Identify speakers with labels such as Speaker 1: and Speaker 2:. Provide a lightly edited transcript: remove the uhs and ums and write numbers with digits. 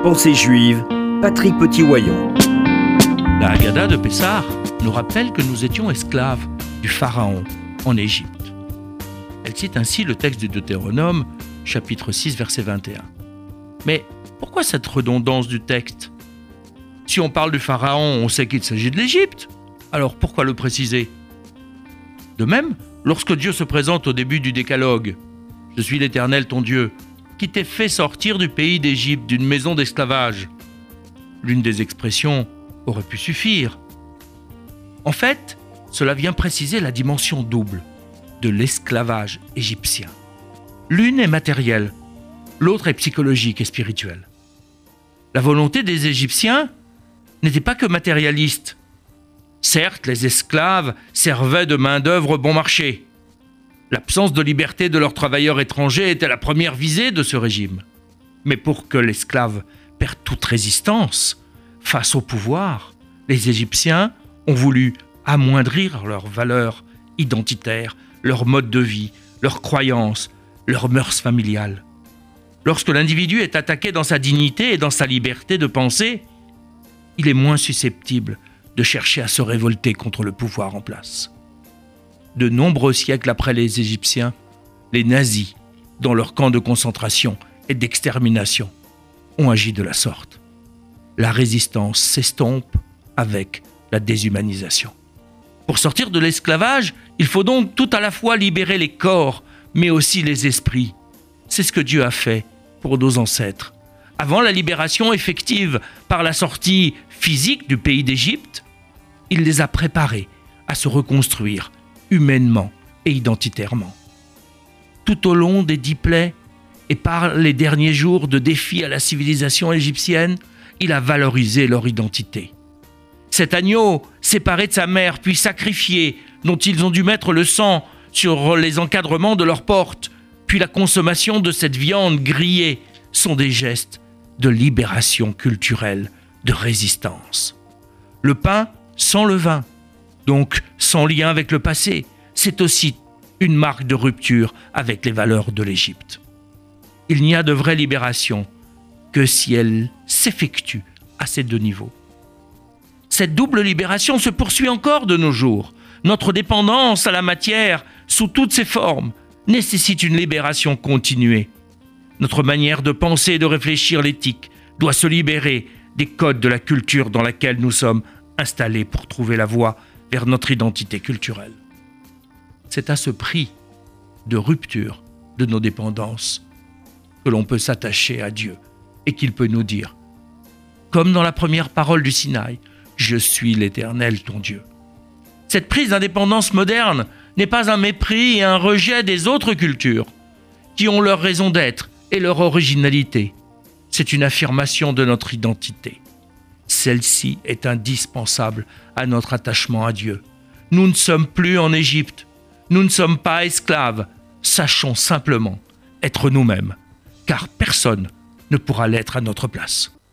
Speaker 1: Pensée juive, Patrick Petit-Wayon.
Speaker 2: La Haggadah de Pessah nous rappelle que nous étions esclaves du Pharaon en Égypte. Elle cite ainsi le texte du Deutéronome, chapitre 6, verset 21. Mais pourquoi cette redondance du texte ? Si on parle du Pharaon, on sait qu'il s'agit de l'Égypte. Alors pourquoi le préciser ? De même, lorsque Dieu se présente au début du Décalogue, « Je suis l'Éternel ton Dieu, qui t'ai fait sortir du pays d'Égypte, d'une maison d'esclavage », l'une des expressions aurait pu suffire. En fait, cela vient préciser la dimension double de l'esclavage égyptien. L'une est matérielle, l'autre est psychologique et spirituelle. La volonté des Égyptiens n'était pas que matérialiste. Certes, les esclaves servaient de main-d'œuvre bon marché. L'absence de liberté de leurs travailleurs étrangers était la première visée de ce régime. Mais pour que l'esclave perde toute résistance face au pouvoir, les Égyptiens ont voulu amoindrir leurs valeurs identitaires, leur mode de vie, leurs croyances, leurs mœurs familiales. Lorsque l'individu est attaqué dans sa dignité et dans sa liberté de penser, il est moins susceptible de chercher à se révolter contre le pouvoir en place. De nombreux siècles après les Égyptiens, les nazis, dans leurs camps de concentration et d'extermination, ont agi de la sorte. La résistance s'estompe avec la déshumanisation. Pour sortir de l'esclavage, il faut donc tout à la fois libérer les corps, mais aussi les esprits. C'est ce que Dieu a fait pour nos ancêtres. Avant la libération effective par la sortie physique du pays d'Égypte, il les a préparés à se reconstruire humainement et identitairement. Tout au long des 10 plaies et par les derniers jours de défi à la civilisation égyptienne, il a valorisé leur identité. Cet agneau, séparé de sa mère puis sacrifié, dont ils ont dû mettre le sang sur les encadrements de leurs portes, puis la consommation de cette viande grillée, sont des gestes de libération culturelle, de résistance. Le pain sans le vin, donc sans lien avec le passé, c'est aussi une marque de rupture avec les valeurs de l'Égypte. Il n'y a de vraie libération que si elle s'effectue à ces deux niveaux. Cette double libération se poursuit encore de nos jours. Notre dépendance à la matière, sous toutes ses formes, nécessite une libération continuée. Notre manière de penser et de réfléchir l'éthique doit se libérer des codes de la culture dans laquelle nous sommes installés pour trouver la voie vers notre identité culturelle. C'est à ce prix de rupture de nos dépendances que l'on peut s'attacher à Dieu et qu'il peut nous dire, comme dans la première parole du Sinaï, « Je suis l'Éternel ton Dieu ». Cette prise d'indépendance moderne n'est pas un mépris et un rejet des autres cultures qui ont leur raison d'être et leur originalité. C'est une affirmation de notre identité. Celle-ci est indispensable à notre attachement à Dieu. Nous ne sommes plus en Égypte. Nous ne sommes pas esclaves. Sachons simplement être nous-mêmes, car personne ne pourra l'être à notre place.